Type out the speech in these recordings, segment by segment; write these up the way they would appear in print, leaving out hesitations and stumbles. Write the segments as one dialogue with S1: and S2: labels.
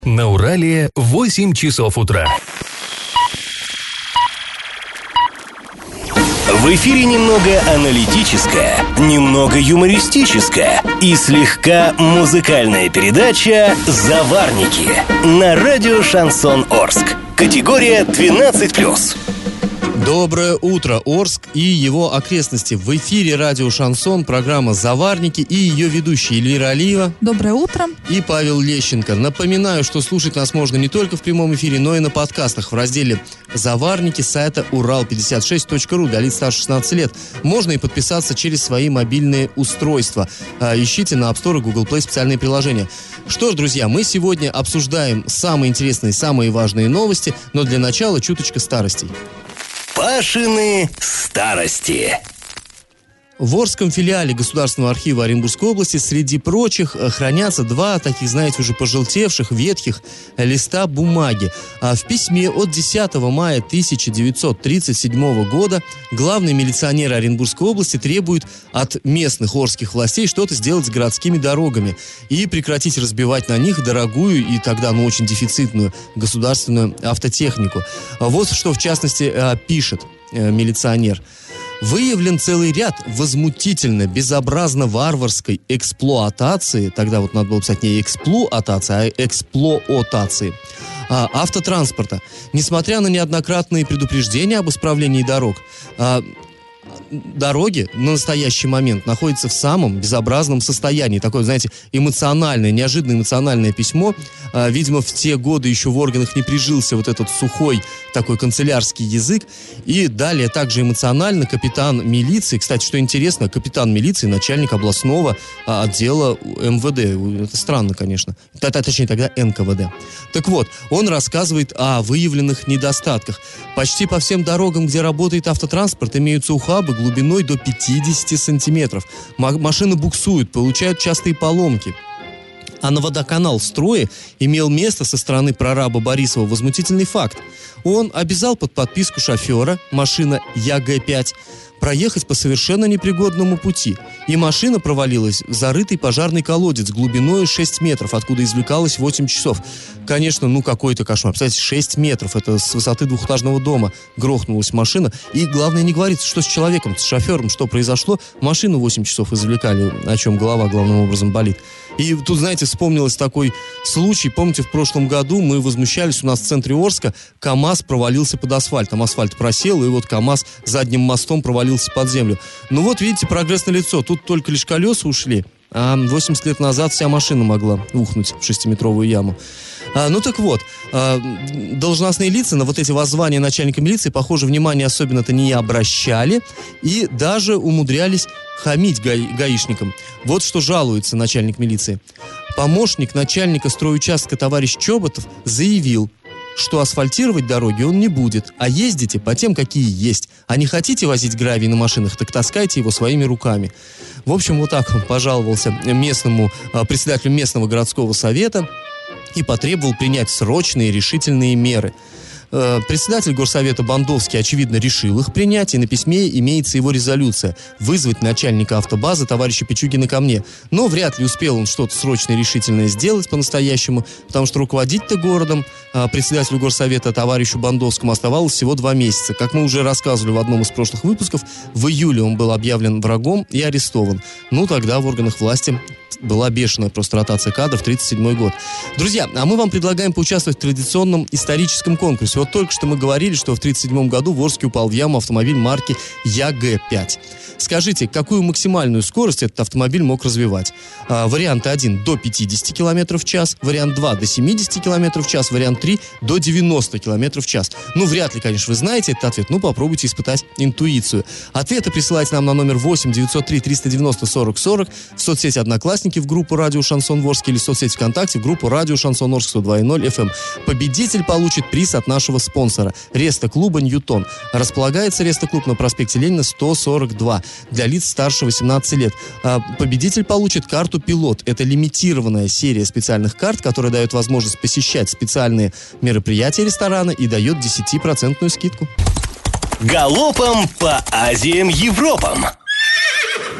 S1: На Урале 8 часов утра.
S2: В эфире немного аналитическая, немного юмористическая и слегка музыкальная передача «Заварники» на радио «Шансон Орск». Категория 12+.
S3: Доброе утро, Орск и его окрестности. В эфире радио «Шансон», программа «Заварники» и ее ведущие Эльвира Алиева.
S4: Доброе утро.
S3: И Павел Лещенко. Напоминаю, что слушать нас можно не только в прямом эфире, но и на подкастах в разделе «Заварники» сайта урал56.ру для лиц старше 16 лет. Можно и подписаться через свои мобильные устройства. Ищите на App Store и Google Play специальные приложения. Что ж, друзья, мы сегодня обсуждаем самые интересные, самые важные новости, но для начала чуточка старостей.
S2: Пашины старости.
S3: В Орском филиале Государственного архива Оренбургской области среди прочих хранятся два таких, знаете, уже пожелтевших, ветхих листа бумаги. В письме от 10 мая 1937 года главный милиционер Оренбургской области требует от местных орских властей что-то сделать с городскими дорогами и прекратить разбивать на них дорогую и тогда, очень дефицитную государственную автотехнику. Вот что, в частности, пишет милиционер. Выявлен целый ряд возмутительно, безобразно варварской эксплуатации, тогда вот надо было писать не эксплуатация, а эксплуатации, автотранспорта. Несмотря на неоднократные предупреждения об исправлении дорог, дороги на настоящий момент находятся в самом безобразном состоянии. Такое, знаете, эмоциональное, неожиданно эмоциональное письмо. Видимо, в те годы еще в органах не прижился вот этот сухой такой канцелярский язык. И далее также эмоционально капитан милиции, кстати, что интересно, капитан милиции, начальник областного отдела МВД. Это странно, конечно. Точнее, тогда НКВД. Так вот, он рассказывает о выявленных недостатках. Почти по всем дорогам, где работает автотранспорт, имеются ухабы глубиной до 50 сантиметров. Машины буксуют, получают частые поломки. А на водоканал в строе имел место со стороны прораба Борисова возмутительный факт. Он обязал под подписку шофера, машина ЯГ-5, проехать по совершенно непригодному пути. И машина провалилась в зарытый пожарный колодец глубиной 6 метров, откуда извлекалось 8 часов. Конечно, какой-то кошмар. Представляете, 6 метров, это с высоты двухэтажного дома грохнулась машина. И главное, не говорится, что с человеком, с шофером, что произошло. Машину 8 часов извлекали, о чем голова главным образом болит. И тут, знаете, вспомнилось такой случай. Помните, в прошлом году мы возмущались, у нас в центре Орска КамАЗ провалился под асфальт. Там асфальт просел, и вот КамАЗ задним мостом провалился под землю. Вот видите, прогресс налицо. Тут только лишь колеса ушли, а 80 лет назад вся машина могла ухнуть в 6-метровую яму. Так вот, должностные лица на вот эти воззвания начальника милиции, похоже, внимания особенно-то не обращали и даже умудрялись хамить гаишникам. Вот что жалуется начальник милиции. Помощник начальника стройучастка товарищ Чоботов заявил, что асфальтировать дороги он не будет, а ездите по тем, какие есть. А не хотите возить гравий на машинах, так таскайте его своими руками. В общем, вот так он пожаловался председателю местного городского совета и потребовал принять срочные решительные меры. Председатель горсовета Бандовский, очевидно, решил их принять, и на письме имеется его резолюция вызвать начальника автобазы товарища Пичугина ко мне. Но вряд ли успел он что-то срочное и решительное сделать по-настоящему, потому что руководить-то городом председателю горсовета товарищу Бандовскому оставалось всего 2 месяца. Как мы уже рассказывали в одном из прошлых выпусков, в июле он был объявлен врагом и арестован. Тогда в органах власти была бешеная просто ротация кадров, 1937 год. Друзья, а мы вам предлагаем поучаствовать в традиционном историческом конкурсе. Вот только что мы говорили, что в 1937 году в Орске упал в яму автомобиль марки ЯГ-5. Скажите, какую максимальную скорость этот автомобиль мог развивать? Вариант 1 до 50 км в час, вариант 2 до 70 км в час, вариант 3 до 90 км в час. Вряд ли, конечно, вы знаете этот ответ, попробуйте испытать интуицию. Ответы присылайте нам на номер 8 903 390 40 40 в соцсети «Одноклассники» в группу «Радио Шансон Орск» или в соцсети ВКонтакте в группу «Радио Шансон Орск» 102.0 FM. Победитель получит приз от нашего спонсора Ресто-клуба «Ньютон». Располагается Ресто-клуб на проспекте Ленина, 142, для лиц старше 18 лет. Победитель получит карту «Пилот». Это лимитированная серия специальных карт, которая дает возможность посещать специальные мероприятия ресторана и дает 10% скидку.
S2: Галопом по Азиям, Европам.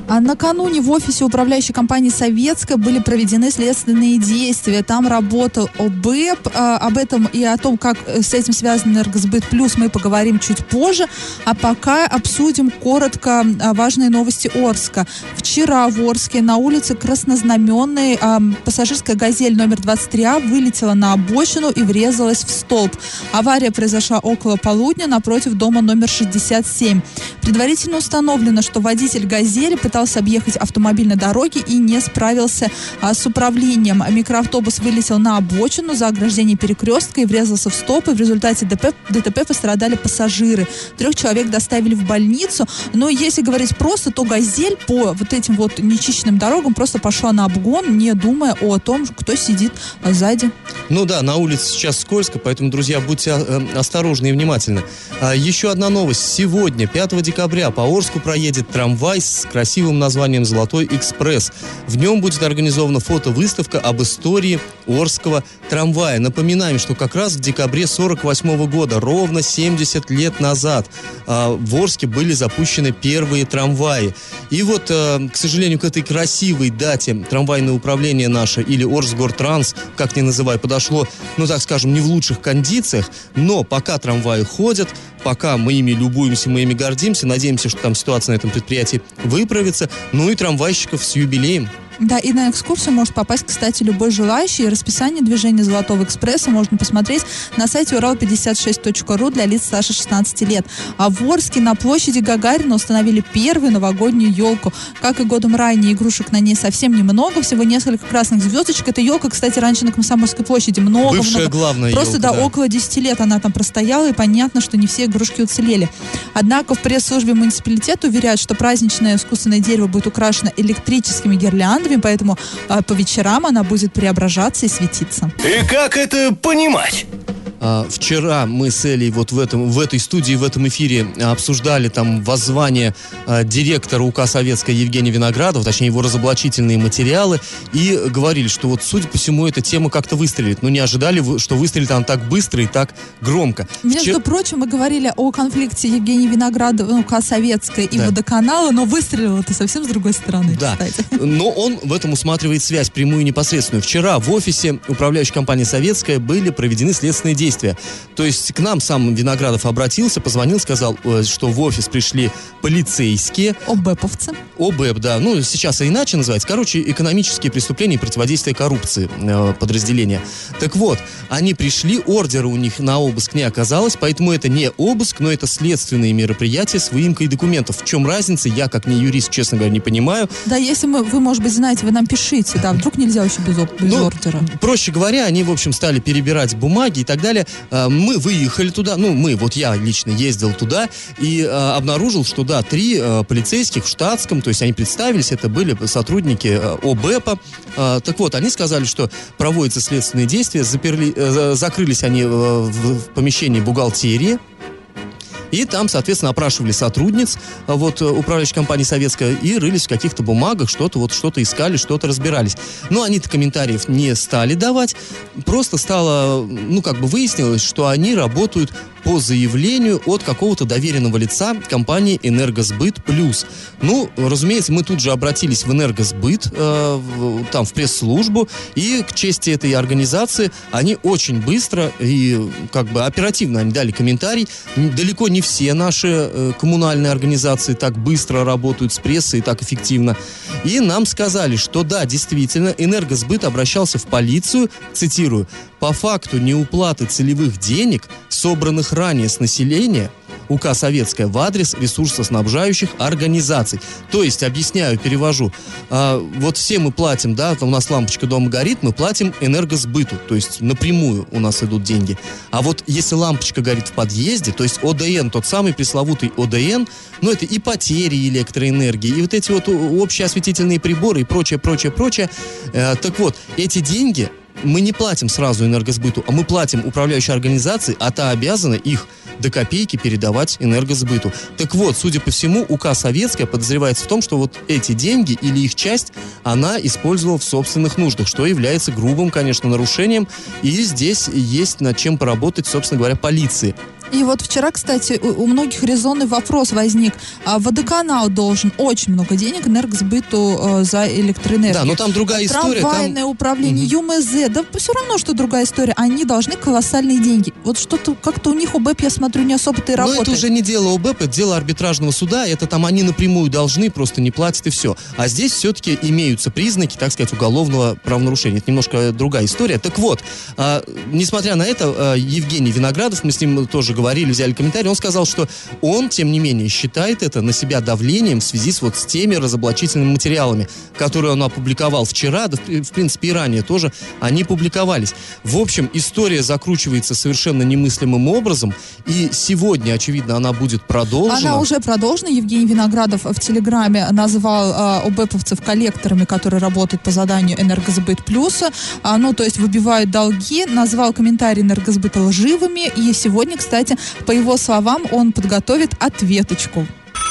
S4: А накануне в офисе управляющей компании «Советская» были проведены следственные действия. Там работал ОБЭП. Об этом и о том, как с этим связан «Энергосбыт Плюс», мы поговорим чуть позже. А пока обсудим коротко важные новости Орска. Вчера в Орске на улице Краснознаменной пассажирская «Газель» номер 23А вылетела на обочину и врезалась в столб. Авария произошла около полудня напротив дома номер 67. Предварительно установлено, что водитель «Газели» пытался объехать автомобиль на дороге и не справился с управлением. Микроавтобус вылетел на обочину за ограждение перекрестка и врезался в столб, и в результате ДТП пострадали пассажиры. 3 человек доставили в больницу. Но если говорить просто, то «Газель» по вот этим вот нечищенным дорогам просто пошла на обгон, не думая о том, кто сидит сзади.
S3: Ну да, на улице сейчас скользко, поэтому, друзья, будьте осторожны и внимательны. Еще одна новость. Сегодня, 5 декабря, по Орску проедет трамвай с красивым названием «Золотой экспресс». В нем будет организована фотовыставка об истории Орского трамвая. Напоминаем, что как раз в декабре 1948 года, ровно 70 лет назад, в Орске были запущены первые трамваи. И вот, к сожалению, к этой красивой дате трамвайное управление наше, или Орсгортранс, как ни называй, подошло, ну так скажем, не в лучших кондициях, но пока трамваи ходят, пока мы ими любуемся, мы ими гордимся, надеемся, что там ситуация на этом предприятии выправится, ну и трамвайщиков с юбилеем.
S4: Да, и на экскурсию может попасть, кстати, любой желающий. Расписание движения «Золотого экспресса» можно посмотреть на сайте урал56.ру для лиц старше 16 лет. А в Орске на площади Гагарина установили первую новогоднюю елку. Как и годом ранее, игрушек на ней совсем немного, всего несколько красных звездочек. Эта елка, кстати, раньше на Комсомольской площади много.
S3: Бывшая главная
S4: просто,
S3: елка,
S4: да, около 10 лет она там простояла, и понятно, что не все игрушки уцелели. Однако в пресс-службе муниципалитета уверяют, что праздничное искусственное дерево будет украшено электрическими гирляндами, поэтому по вечерам она будет преображаться и светиться.
S2: И как это понимать?
S3: Вчера мы с Элей вот в этой студии, в этом эфире обсуждали там воззвание директора УК «Советская» Евгения Виноградова, точнее его разоблачительные материалы, и говорили, что вот, судя по всему, эта тема как-то выстрелит. Но не ожидали, что выстрелит она так быстро и так громко.
S4: Между прочим, мы говорили о конфликте Евгения Виноградова, УК «Советская» и
S3: да.
S4: Водоканала, но выстрелил это совсем с другой стороны,
S3: да.
S4: Кстати.
S3: Но он в этом усматривает связь прямую и непосредственную. Вчера в офисе управляющей компании «Советская» были проведены следственные действия. То есть к нам сам Виноградов обратился, позвонил, сказал, что в офис пришли полицейские.
S4: ОБЭПовцы.
S3: ОБЭП, да. Ну, сейчас иначе называется. Короче, экономические преступления и противодействие коррупции подразделения. Так вот, они пришли, ордера у них на обыск не оказалось, поэтому это не обыск, но это следственные мероприятия с выемкой документов. В чем разница, я, как не юрист, честно говоря, не понимаю.
S4: Да, если вы, может быть, знаете, вы нам пишите, да, вдруг нельзя еще без ордера.
S3: Проще говоря, они, в общем, стали перебирать бумаги и так далее. Мы выехали туда, я лично ездил туда и обнаружил, что, да, 3 полицейских в штатском, то есть они представились, это были сотрудники ОБЭПа. Так вот, они сказали, что проводятся следственные действия, закрылись они в помещении бухгалтерии. И там, соответственно, опрашивали сотрудниц управляющей компании «Советская» и рылись в каких-то бумагах, что-то искали, что-то разбирались. Но они-то комментариев не стали давать. Просто стало, выяснилось, что они работают по заявлению от какого-то доверенного лица компании «Энергосбыт Плюс». Разумеется, мы тут же обратились в «Энергосбыт», там в пресс-службу, и к чести этой организации они очень быстро и оперативно они дали комментарий. Далеко не все наши коммунальные организации так быстро работают с прессой и так эффективно. И нам сказали, что да, действительно, «Энергосбыт» обращался в полицию, цитирую, «по факту неуплаты целевых денег, собранных ранее с населения, УК «Советская» в адрес ресурсоснабжающих организаций». То есть, объясняю, перевожу, все мы платим, да, у нас лампочка дома горит, мы платим «Энергосбыту», то есть напрямую у нас идут деньги. А вот если лампочка горит в подъезде, то есть ОДН, тот самый пресловутый ОДН, это и потери электроэнергии, и вот эти общие осветительные приборы и прочее. Так вот, эти деньги мы не платим сразу «Энергосбыту», а мы платим управляющей организации, а та обязана их до копейки передавать «Энергосбыту». Так вот, судя по всему, УК «Советская» подозревается в том, что эти деньги или их часть она использовала в собственных нуждах, что является грубым, конечно, нарушением, и здесь есть над чем поработать, собственно говоря, полиции.
S4: И вот вчера, кстати, у многих резонный вопрос возник. Водоканал должен очень много денег Энергосбыту за электроэнергию.
S3: Да, но там другая история.
S4: Трамвайное управление, ЮМЗ, да все равно, что другая история. Они должны колоссальные деньги. Вот что-то как-то у них ОБЭП, я смотрю, не особо-то и работает.
S3: Но это уже не дело ОБЭП, это дело арбитражного суда. Это там они напрямую должны, просто не платят и все. А здесь все-таки имеются признаки, так сказать, уголовного правонарушения. Это немножко другая история. Так вот, несмотря на это, Евгений Виноградов, мы с ним тоже говорили, взяли комментарий, он сказал, что он, тем не менее, считает это на себя давлением в связи с теми разоблачительными материалами, которые он опубликовал вчера, да, в принципе, и ранее тоже, они публиковались. В общем, история закручивается совершенно немыслимым образом, и сегодня, очевидно, она будет продолжена.
S4: Она уже продолжена. Евгений Виноградов в Телеграме назвал ОБЭПовцев коллекторами, которые работают по заданию Энергосбыт плюс, то есть выбивают долги, назвал комментарии Энергосбыта лживыми, и сегодня, кстати, по его словам, он подготовит ответочку.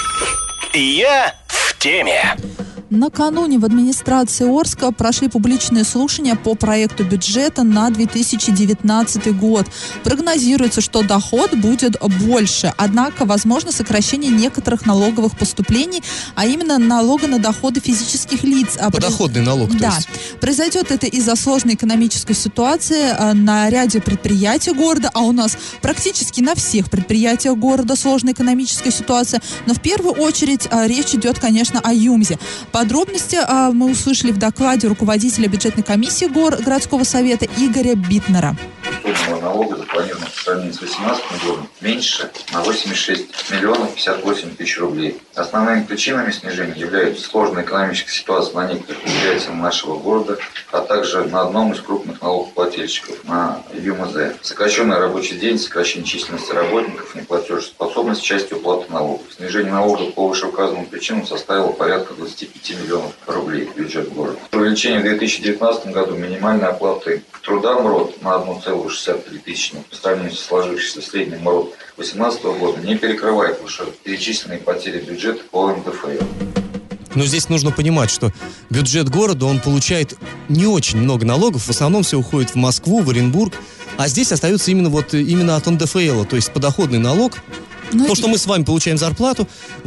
S2: Я в теме.
S4: Накануне в администрации Орска прошли публичные слушания по проекту бюджета на 2019 год. Прогнозируется, что доход будет больше, однако возможно сокращение некоторых налоговых поступлений, а именно налога на доходы физических лиц.
S3: Подоходный налог, то
S4: да.
S3: есть.
S4: Произойдет это из-за сложной экономической ситуации на ряде предприятий города, а у нас практически на всех предприятиях города сложная экономическая ситуация. Но в первую очередь речь идет, конечно, о ЮМЗе. Подробности мы услышали в докладе руководителя бюджетной комиссии городского совета Игоря Битнера.
S5: Сумма налога запланирована по сравнению с 2018 годом меньше на 86 миллионов 58 тысяч рублей. Основными причинами снижения являются сложная экономическая ситуация на некоторых предприятиях нашего города, а также на одном из крупных налогоплательщиков, на ЮМЗ. Сокращенный рабочий день, сокращение численности работников, неплатежеспособность части уплаты налогов. Снижение налогов по вышеуказанным причинам составило порядка 25 миллионов рублей в бюджет города. Увеличение в 2019 году минимальной оплаты труда МРОТ на 1,63 тысячных по сравнению со сложившейся средним МРОТ 2018 года не перекрывает перечисленные потери бюджета по НДФЛ.
S3: Но здесь нужно понимать, что бюджет города, он получает не очень много налогов, в основном все уходит в Москву, в Оренбург, а здесь остается именно от НДФЛ, то есть подоходный налог. То, что мы с вами получаем зарплату,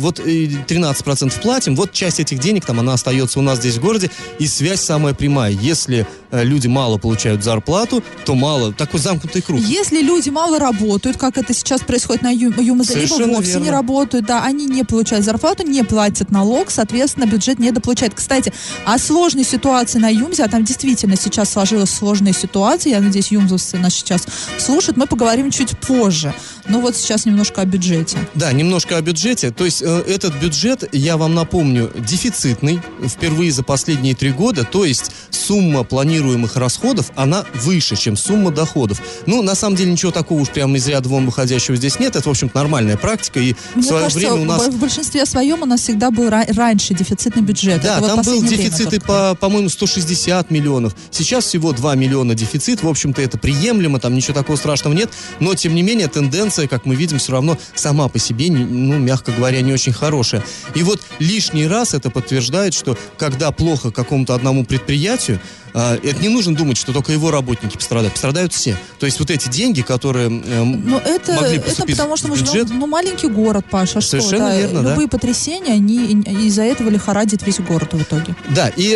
S3: 13% платим, часть этих денег, она остается у нас здесь в городе, и связь самая прямая. Если люди мало получают зарплату, то мало, такой замкнутый круг.
S4: Если люди мало работают, как это сейчас происходит на ЮМЗ, либо вовсе
S3: верно.
S4: Не работают, да, они не получают зарплату, не платят налог, соответственно, бюджет недополучает. Кстати, о сложной ситуации на ЮМЗе, а там действительно сейчас сложилась сложная ситуация, я надеюсь, юмзовцы нас сейчас слушают, мы поговорим чуть позже. Но сейчас немножко о бюджете.
S3: Да, немножко о бюджете. То есть этот бюджет, я вам напомню, дефицитный впервые за последние 3 года. То есть сумма планируемых расходов, она выше, чем сумма доходов. На самом деле ничего такого уж прямо из ряда вон выходящего здесь нет. Это, в общем-то, нормальная практика. И
S4: мне
S3: в свое
S4: кажется,
S3: время у нас...
S4: в большинстве своем у нас всегда был раньше дефицитный бюджет.
S3: Да,
S4: это
S3: там был дефицит по-моему, 160 миллионов. Сейчас всего 2 миллиона дефицит. В общем-то, это приемлемо, там ничего такого страшного нет. Но, тем не менее, тенденция, как мы видим, все равно сама по себе, мягко говоря, не очень хорошая. И лишний раз это подтверждает, что когда плохо какому-то одному предприятию, это не нужно думать, что только его работники пострадают. Пострадают все. То есть эти деньги, которые могли поступить
S4: потому что
S3: в
S4: мы
S3: бюджет...
S4: живем, маленький город, Паша,
S3: Совершенно верно,
S4: любые потрясения, они из-за этого лихорадит весь город в итоге.
S3: Да, и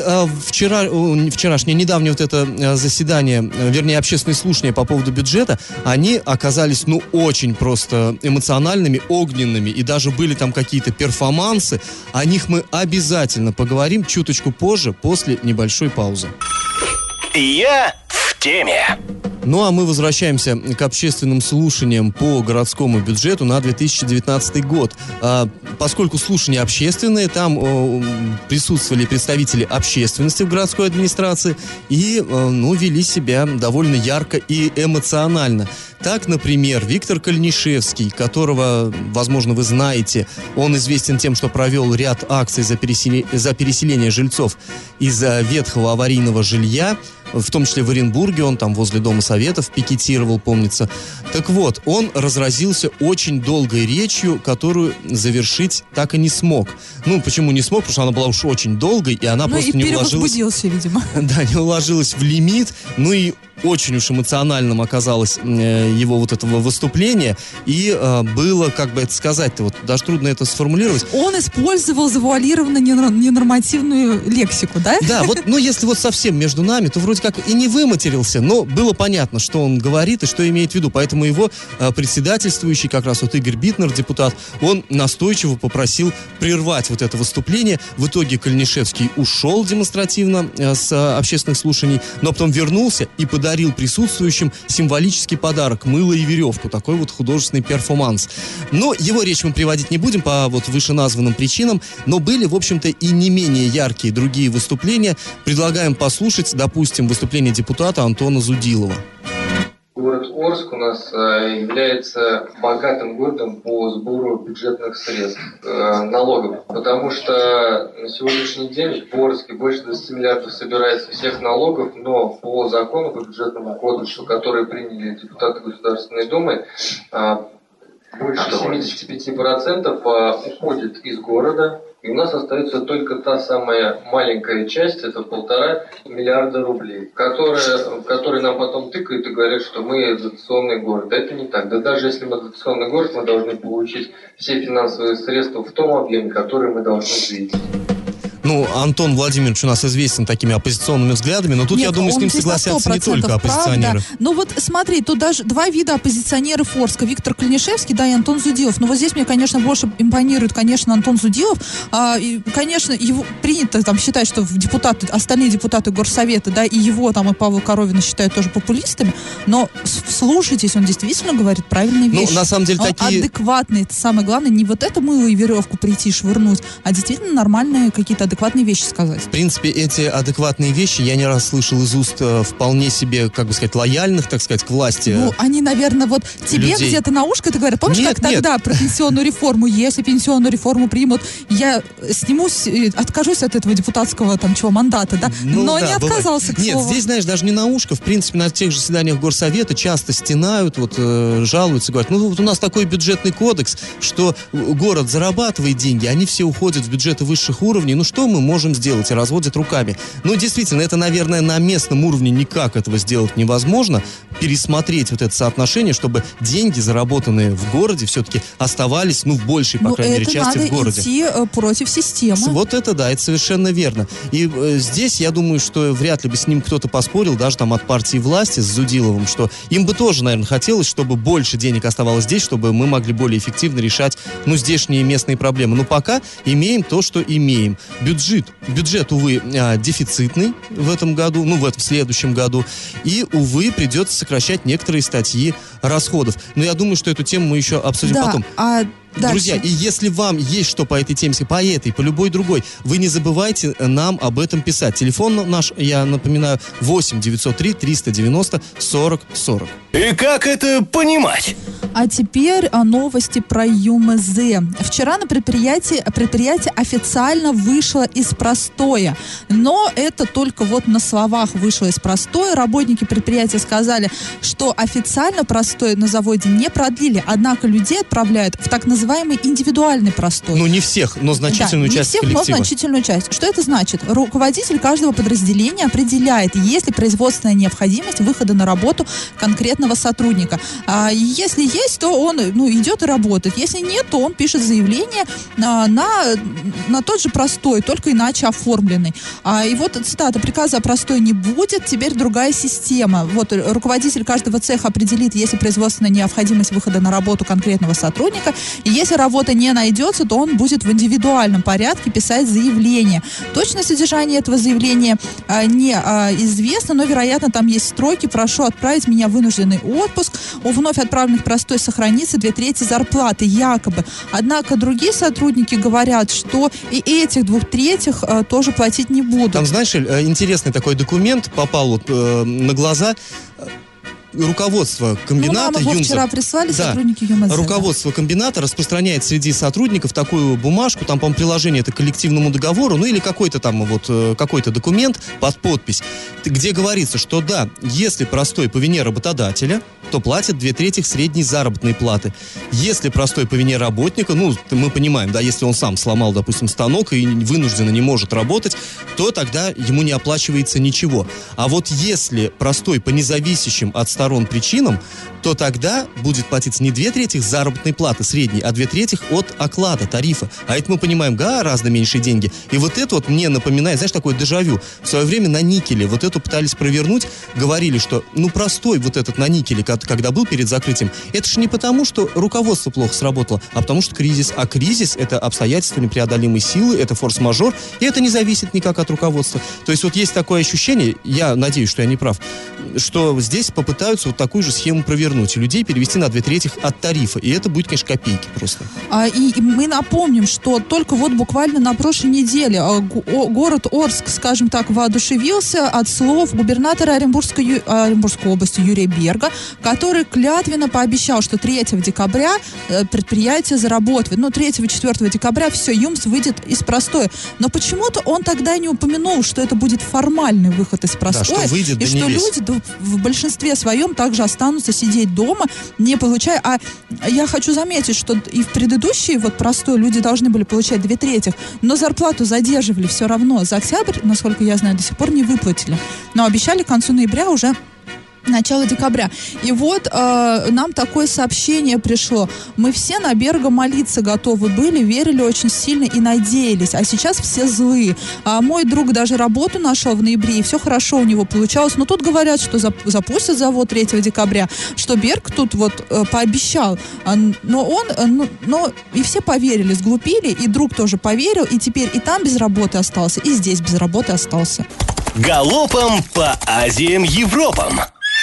S3: недавнее это заседание, вернее, общественные слушания по поводу бюджета, они оказались, очень просто эмоциональными, огненными, и даже были там какие-то перформансы. О них мы обязательно поговорим чуточку позже, после небольшой паузы.
S2: Я в теме.
S3: А мы возвращаемся к общественным слушаниям по городскому бюджету на 2019 год. Поскольку слушания общественные, там присутствовали представители общественности в городской администрации и вели себя довольно ярко и эмоционально. Так, например, Виктор Кальнишевский, которого, возможно, вы знаете, он известен тем, что провел ряд акций за переселение жильцов из ветхого аварийного жилья, в том числе в Оренбурге, он там возле Дома Советов пикетировал, помнится. Так вот, он разразился очень долгой речью, которую завершить так и не смог. Почему не смог? Потому что она была уж очень долгой, и она просто не уложилась...
S4: перевозбудился, видимо.
S3: Да, не уложилась в лимит. И очень уж эмоциональным оказалось его вот этого выступления, и было, как бы это сказать-то, вот даже трудно это сформулировать.
S4: Он использовал завуалированно ненормативную лексику, да?
S3: Да, вот, ну, если вот совсем между нами, то вроде как и не выматерился, но было понятно, что он говорит и что имеет в виду, поэтому его председательствующий, как раз вот Игорь Битнер, депутат, он настойчиво попросил прервать вот это выступление. В итоге Кальнишевский ушел демонстративно с общественных слушаний, но потом вернулся и подарил присутствующим символический подарок — мыло и веревку. Такой вот художественный перформанс. Но его речь мы приводить не будем по вот вышеназванным причинам, но были, в общем-то, и не менее яркие другие выступления. Предлагаем послушать, допустим, выступление депутата Антона Зудилова.
S6: Город Орск у нас является богатым городом по сбору бюджетных средств, налогов, потому что на сегодняшний день в Орске больше 20 миллиардов собирается всех налогов, но по закону, по бюджетному кодексу, который приняли депутаты Государственной Думы, больше 75% уходит из города, и у нас остается только та самая маленькая часть, это 1,5 миллиарда рублей, которые нам потом тыкают и говорят, что мы дотационный город. Это не так. Да даже если мы дотационный город, мы должны получить все финансовые средства в том объеме, который мы должны видеть.
S3: Ну, Антон Владимирович у нас известен такими оппозиционными взглядами, но тут, я думаю, с ним согласятся не только оппозиционеры.
S4: Ну вот смотри, тут даже два вида оппозиционеров Орска: Виктор Кальнишевский, да, и Антон Зудилов. Но вот здесь мне, конечно, больше импонирует, конечно, Антон Зудилов. И, конечно, его принято там считать, что остальные депутаты горсовета, да, и его там, и Павла Коровина считают тоже популистами, но слушайтесь, он действительно говорит правильные вещи.
S3: Ну, на самом деле,
S4: он
S3: такие...
S4: адекватный, это самое главное, не вот это мыло и веревку прийти швырнуть, а действительно нормальные какие-то адекватные вещи сказать.
S3: В принципе, эти адекватные вещи я не раз слышал из уст вполне себе, как бы сказать, лояльных, так сказать, к власти.
S4: Ну, они, наверное, вот тебе
S3: людей.
S4: Где-то на ушко это говорят. Помнишь, как тогда про пенсионную реформу? Если пенсионную реформу примут, я снимусь, откажусь от этого депутатского мандата, да?
S3: Ну,
S4: но
S3: да,
S4: не отказался, к
S3: Нет,
S4: слову.
S3: здесь, знаешь, даже не на ушко. В принципе, на тех же заседаниях горсовета часто стенают, жалуются, говорят, ну вот у нас такой бюджетный кодекс, что город зарабатывает деньги, они все уходят в бюджеты высших уровней. Ну что мы можем сделать? И разводят руками. Ну, действительно, это, наверное, на местном уровне никак этого сделать невозможно. Пересмотреть вот это соотношение, чтобы деньги, заработанные в городе, все-таки оставались, в большей, по крайней мере, части в городе.
S4: Это надо идти против системы.
S3: Вот это да, это совершенно верно. И здесь, я думаю, что вряд ли бы с ним кто-то поспорил, даже там от партии власти, с Зудиловым, что им бы тоже, наверное, хотелось, чтобы больше денег оставалось здесь, чтобы мы могли более эффективно решать, здешние местные проблемы. Но пока имеем то, что имеем. Бюджет, увы, дефицитный в этом году, в этом следующем году. И, увы, придется сокращать некоторые статьи расходов. Но я думаю, что эту тему мы еще обсудим потом. Друзья, и если вам есть что по этой теме, по этой, по любой другой, вы не забывайте нам об этом писать. Телефон наш, я напоминаю, 8 903 390 40 40.
S2: И как это понимать?
S4: А теперь новости про ЮМЗ. Вчера на предприятие официально вышло из простоя. Но это только на словах вышло из простоя. Работники предприятия сказали, что официально простой на заводе не продлили. Однако людей отправляют в так называемый индивидуальный простой.
S3: Не всех, но значительную часть коллектива.
S4: Не всех, но значительную часть. Что это значит? Руководитель каждого подразделения определяет, есть ли производственная необходимость выхода на работу конкретного сотрудника. Если есть, то он идет и работает. Если нет, то он пишет заявление на тот же простой, только иначе оформленный. И цитата: приказа о простой не будет, теперь другая система. Руководитель каждого цеха определит, есть ли производственная необходимость выхода на работу конкретного сотрудника. И если работа не найдется, то он будет в индивидуальном порядке писать заявление. Точное содержание этого заявления не известно, но, вероятно, там есть строки: прошу отправить меня в вынужденный отпуск. У вновь отправленных простой сохранится 2/3 зарплаты, якобы. Однако другие сотрудники говорят, что и этих 2/3 тоже платить не будут.
S3: Там, знаешь, интересный такой документ попал на глаза. Руководство комбината
S4: нам его вчера прислали сотрудники ЮМЗ.
S3: Руководство комбината распространяет среди сотрудников такую бумажку, там, по-моему, приложение это к коллективному договору, или какой-то там какой-то документ под подпись, где говорится, что да, если простой по вине работодателя, то платят 2/3 средней заработной платы. Если простой по вине работника, ну, мы понимаем, да, если он сам сломал, допустим, станок и вынужденно не может работать, то тогда ему не оплачивается ничего. А вот если простой по независящим от сторон причинам, то тогда будет платиться не 2/3 заработной платы средней, а 2/3 от оклада, тарифа. А это мы понимаем гораздо меньшие деньги. И вот это вот мне напоминает, знаешь, такое дежавю. В свое время на никеле вот эту пытались провернуть, говорили, что, ну, простой вот этот на никеле, когда был перед закрытием, это же не потому, что руководство плохо сработало, а потому что кризис. А кризис — это обстоятельства непреодолимой силы, это форс-мажор, и это не зависит никак от руководства. То есть вот есть такое ощущение, я надеюсь, что я не прав, что здесь попытаются вот такую же схему провернуть, и людей перевести на 2/3 от тарифа. И это будет, конечно, копейки просто.
S4: И мы напомним, что только вот буквально на прошлой неделе город Орск, скажем так, воодушевился от слов губернатора Оренбургской области Юрия Берга, который клятвенно пообещал, что 3 декабря предприятие заработает. 3-4 декабря все, ЮМС выйдет из простоя. Но почему-то он тогда не упомянул, что это будет формальный выход из простоя.
S3: Да, что выйдет,
S4: и что люди в большинстве своем также останутся сидеть дома, не получая. А я хочу заметить, что и в предыдущий вот простой люди должны были получать 2/3, но зарплату задерживали все равно. За октябрь, насколько я знаю, до сих пор не выплатили. Но обещали к концу ноября уже начало декабря. И вот нам такое сообщение пришло. Мы все на Берга молиться готовы были, верили очень сильно и надеялись. А сейчас все злые. А мой друг даже работу нашел в ноябре, и все хорошо у него получалось. Но тут говорят, что запустят завод 3 декабря, что Берг тут вот пообещал. Но и все поверили, сглупили, и друг тоже поверил, и теперь и там без работы остался, и здесь без работы остался.
S2: Галопом по Азиям Европам.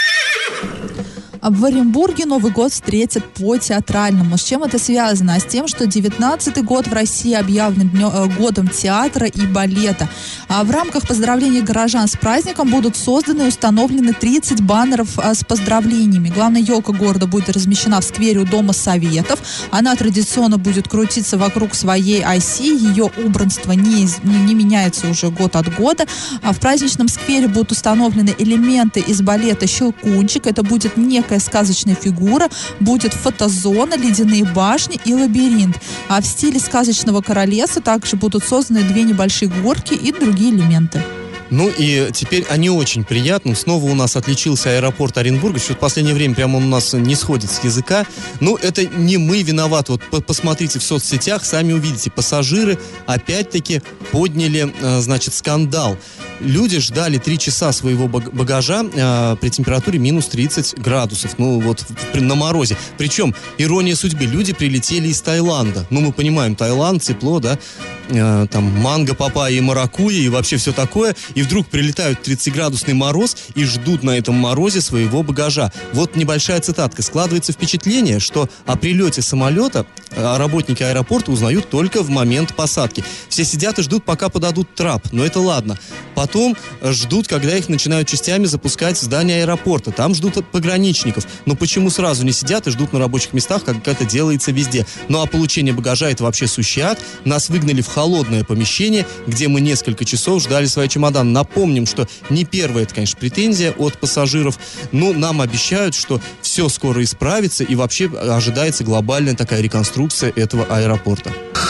S4: В Оренбурге Новый год встретят по-театральному. С чем это связано? А с тем, что 19-й год в России объявлен годом театра и балета. А в рамках поздравлений горожан с праздником будут созданы и установлены 30 баннеров с поздравлениями. Главная елка города будет размещена в сквере у Дома Советов. Она традиционно будет крутиться вокруг своей оси. Ее убранство не меняется уже год от года. А в праздничном сквере будут установлены элементы из балета «Щелкунчик». Это будет некая сказочная фигура, будет фотозона, ледяные башни и лабиринт. А в стиле сказочного королевства также будут созданы 2 небольшие горки и другие элементы.
S3: Ну и теперь они очень приятны. Снова у нас отличился аэропорт Оренбурга. Что-то в последнее время прямо он у нас не сходит с языка. Ну, это не мы виноваты. Вот посмотрите в соцсетях, сами увидите. Пассажиры опять-таки подняли, скандал. Люди ждали 3 часа своего багажа при температуре минус 30 градусов. Ну, вот на морозе. Причем, ирония судьбы, люди прилетели из Таиланда. Ну, мы понимаем, Таиланд, тепло, да? Там манго, папайя и маракуйя и вообще все такое. И вдруг прилетают 30-градусный мороз и ждут на этом морозе своего багажа. Вот небольшая цитатка. Складывается впечатление, что о прилете самолета работники аэропорта узнают только в момент посадки. Все сидят и ждут, пока подадут трап. Но это ладно. Потом ждут, когда их начинают частями запускать в здание аэропорта. Там ждут пограничников. Но почему сразу не сидят и ждут на рабочих местах, как это делается везде? Ну а получение багажа — это вообще сущий ад. Нас выгнали в холодное помещение, где мы несколько часов ждали свои чемоданы. Напомним, что не первая, это, конечно, претензия от пассажиров, но нам обещают, что все скоро исправится и вообще ожидается глобальная такая реконструкция этого аэропорта.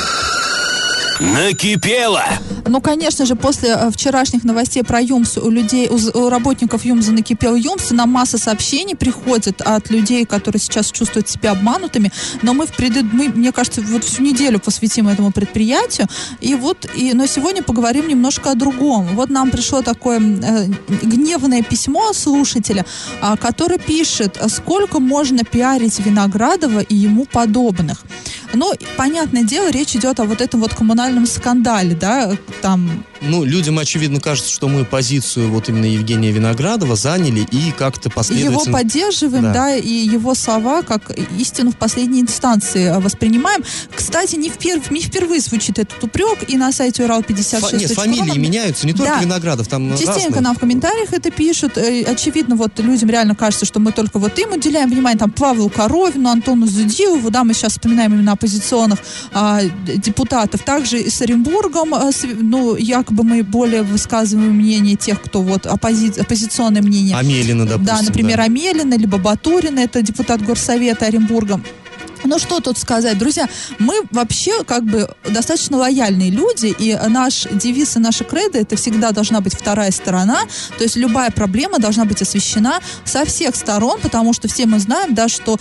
S2: Накипело!
S4: Ну, конечно же, после вчерашних новостей про ЮМС у работников ЮМСа накипел ЮМС, и нам масса сообщений приходит от людей, которые сейчас чувствуют себя обманутыми, но мы, мне кажется, вот всю неделю посвятим этому предприятию, но сегодня поговорим немножко о другом. Вот нам пришло такое гневное письмо слушателя, который пишет, сколько можно пиарить Виноградова и ему подобных. Ну, понятное дело, речь идет о вот этом вот коммунальном скандале, да, там...
S3: Ну, людям, очевидно, кажется, что мы позицию вот именно Евгения Виноградова заняли и как-то последовательно...
S4: Его поддерживаем, да, и его слова как истину в последней инстанции воспринимаем. Кстати, не впервые звучит этот упрек, и на сайте Урал56.
S3: Нет, фамилии меняются, не только Виноградов, там
S4: частенько
S3: разные.
S4: Нам в комментариях это пишут. Очевидно, вот людям реально кажется, что мы только вот им уделяем внимание, там, Павлу Коровину, Антону Зудилову, да, мы сейчас вспоминаем именно оппозиционных депутатов. Также и с Оренбургом, якобы бы мы более высказываем мнение тех, кто вот оппозиционное мнение.
S3: Амелина, допустим.
S4: Да, например, Амелина, либо Батурина, это депутат Горсовета Оренбурга. Ну, что тут сказать, друзья, мы вообще как бы достаточно лояльные люди, и наш девиз и наша кредо — это всегда должна быть вторая сторона, то есть любая проблема должна быть освещена со всех сторон, потому что все мы знаем, да, что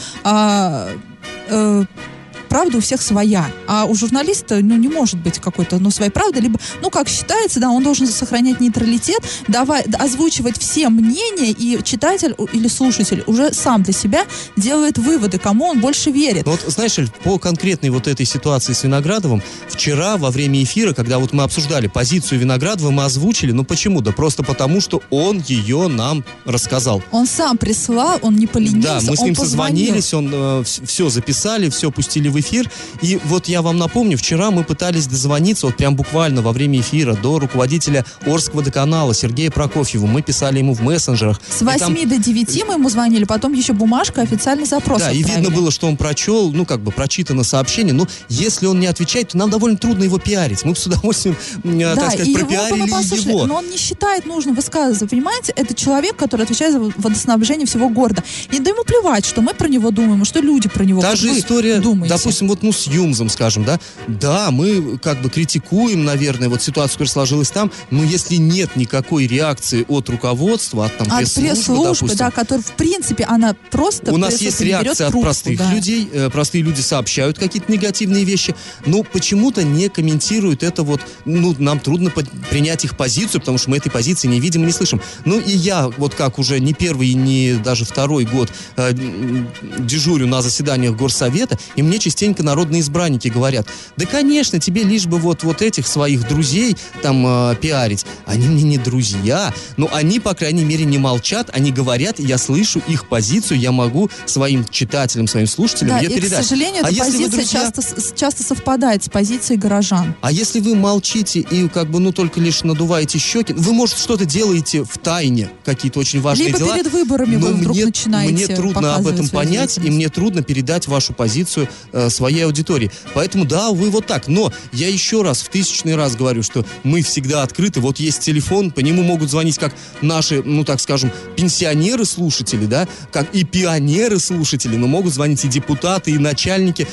S4: правда у всех своя, а у журналиста, не может быть какой-то, своей правды, либо, как считается, да, он должен сохранять нейтралитет, озвучивать все мнения, и читатель или слушатель уже сам для себя делает выводы, кому он больше верит.
S3: Вот, знаешь, по конкретной вот этой ситуации с Виноградовым, вчера во время эфира, когда вот мы обсуждали позицию Виноградова, мы озвучили, почему? Да просто потому, что он ее нам рассказал.
S4: Он сам прислал, он не поленился,
S3: да, мы с ним созвонились, все записали, все пустили в эфир. И вот я вам напомню, вчера мы пытались дозвониться, вот прям буквально во время эфира, до руководителя Орскводоканала Сергея Прокофьева. Мы писали ему в мессенджерах.
S4: С 8 до 9 мы ему звонили, потом еще бумажка, официальный запрос
S3: отправили. И видно было, что он прочел, прочитано сообщение. Но если он не отвечает, то нам довольно трудно его пиарить. Мы бы с удовольствием, так сказать, пропиарили его.
S4: Но он не считает нужным высказываться, понимаете? Это человек, который отвечает за водоснабжение всего города. И да ему плевать, что мы про него думаем, что люди про него
S3: Та же история,
S4: думаете.
S3: Допустим, с Юмзом, скажем, да. Да, мы критикуем, наверное, вот ситуацию, которая сложилась там, но если нет никакой реакции от руководства, от пресс-службы,
S4: да, которая, в принципе, она просто...
S3: У нас есть реакция от простых людей, простые люди сообщают какие-то негативные вещи, но почему-то не комментируют это нам трудно принять их позицию, потому что мы этой позиции не видим и не слышим. И я, как уже не первый и не даже второй год дежурю на заседаниях Горсовета, и мне частенько народные избранники говорят: да, конечно, тебе лишь бы вот этих своих друзей там пиарить. Они мне не друзья, но они, по крайней мере, не молчат, они говорят, я слышу их позицию, я могу своим читателям, своим слушателям ее передать.
S4: К сожалению, эта позиция часто совпадает с позицией горожан.
S3: А если вы молчите и только лишь надуваете щеки, вы, может, что-то делаете в тайне, какие-то очень важные
S4: либо
S3: дела.
S4: Либо перед выборами вы вдруг начинаете
S3: мне трудно об этом понять, и мне трудно передать вашу позицию своей аудитории. Поэтому, да, вы вот так. Но я еще раз, в 1000-й раз говорю, что мы всегда открыты. Вот есть телефон, по нему могут звонить как наши, так скажем, пенсионеры-слушатели, да, как и пионеры-слушатели, но могут звонить и депутаты, и начальники,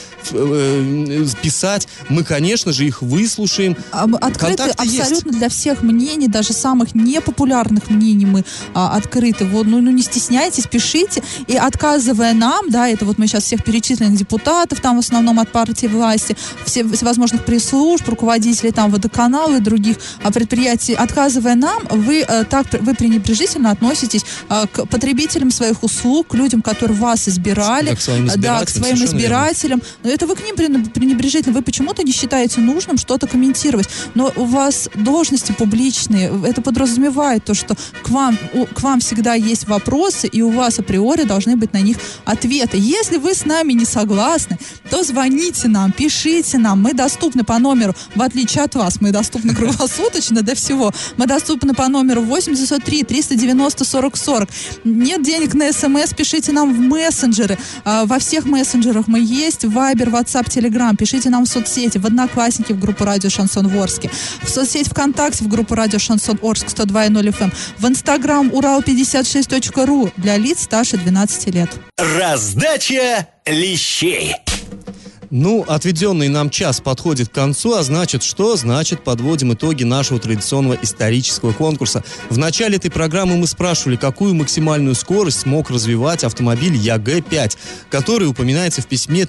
S3: писать. Мы, конечно же, их выслушаем.
S4: Открыты абсолютно для всех мнений, даже самых непопулярных мнений мы открыты. Не стесняйтесь, пишите. И отказывая нам, да, это мы сейчас всех перечисленных депутатов, там в основном от партии власти, всевозможных пресс-служб, руководителей там водоканала и других предприятий, отказывая нам, вы пренебрежительно относитесь к потребителям своих услуг, к людям, которые вас избирали,
S3: к своим
S4: избирателям. Но это вы к ним пренебрежительно. Вы почему-то не считаете нужным что-то комментировать. Но у вас должности публичные. Это подразумевает то, что к вам всегда есть вопросы, и у вас априори должны быть на них ответы. Если вы с нами не согласны, то звоните нам, пишите нам. Мы доступны по номеру, в отличие от вас, мы доступны круглосуточно до всего. Мы доступны по номеру 803-390-40-40. Нет денег на СМС, пишите нам в мессенджеры. Во всех мессенджерах мы есть. Вайбер, WhatsApp, Telegram. Пишите нам в соцсети, в Одноклассники, в группу Радио Шансон Орске. В соцсеть ВКонтакте, в группу Радио Шансон Орск 102.0 FM. В Инстаграм Урал56.ру для лиц старше 12 лет.
S2: Раздача лещей.
S3: Отведенный нам час подходит к концу, а значит что? Значит, подводим итоги нашего традиционного исторического конкурса. В начале этой программы мы спрашивали, какую максимальную скорость смог развивать автомобиль ЯГ-5, который упоминается в письме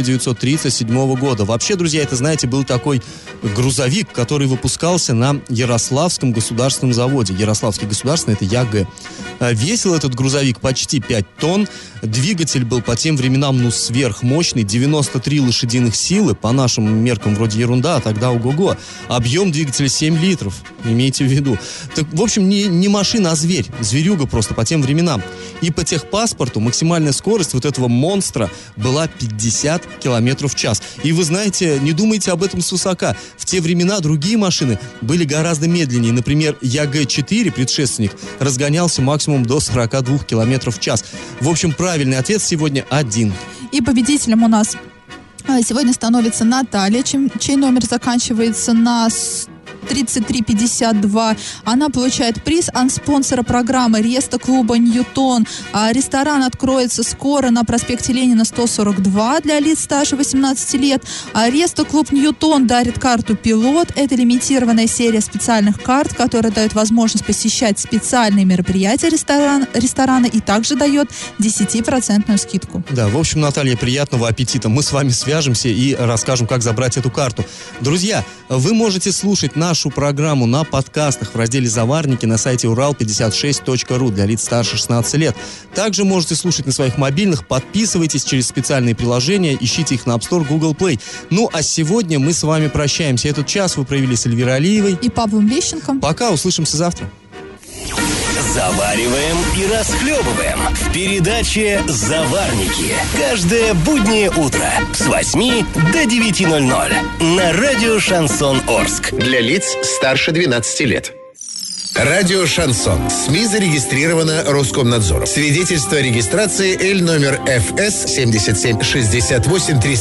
S3: 1937 года. Вообще, друзья, это, знаете, был такой грузовик, который выпускался на Ярославском государственном заводе. Ярославский государственный — это ЯГ. Весил этот грузовик почти 5 тонн. Двигатель был по тем временам, сверхмощный, 93 лошадиных силы, по нашим меркам вроде ерунда, а тогда ого-го. Объем двигателя 7 литров, имейте в виду. Так, в общем, не машина, а зверь. Зверюга просто по тем временам. И по техпаспорту максимальная скорость вот этого монстра была 50 километров в час. И вы знаете, не думайте об этом свысока. В те времена другие машины были гораздо медленнее. Например, ЯГ-4, предшественник, разгонялся максимум до 42 километров в час. В общем, правильный ответ сегодня 1.
S4: И победителем у нас сегодня становится Наталья, чей номер заканчивается на 3352. Она получает приз от спонсора программы Реста-клуба «Ньютон». Ресторан откроется скоро на проспекте Ленина, 142 для лиц старше 18 лет. Реста-клуб «Ньютон» дарит карту «Пилот». Это лимитированная серия специальных карт, которая дает возможность посещать специальные мероприятия ресторана и также дает 10% скидку.
S3: Да, в общем, Наталья, приятного аппетита. Мы с вами свяжемся и расскажем, как забрать эту карту. Друзья, вы можете слушать нашу программу на подкастах в разделе «Заварники» на сайте урал56.ру для лиц старше 16 лет. Также можете слушать на своих мобильных. Подписывайтесь через специальные приложения, ищите их на App Store, Google Play. Ну, а сегодня мы с вами прощаемся. Этот час вы провели с Эльвирой Алиевой
S4: и Павлом Лещенко.
S3: Пока, услышимся завтра.
S2: Завариваем и расхлебываем в передаче «Заварники». Каждое буднее утро с 8 до 9:00 на радио «Шансон Орск».
S7: Для лиц старше 12 лет. Радио «Шансон». СМИ зарегистрировано Роскомнадзором. Свидетельство о регистрации Л номер ФС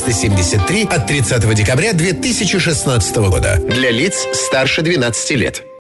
S7: 77-68-373 от 30 декабря 2016 года. Для лиц старше 12 лет.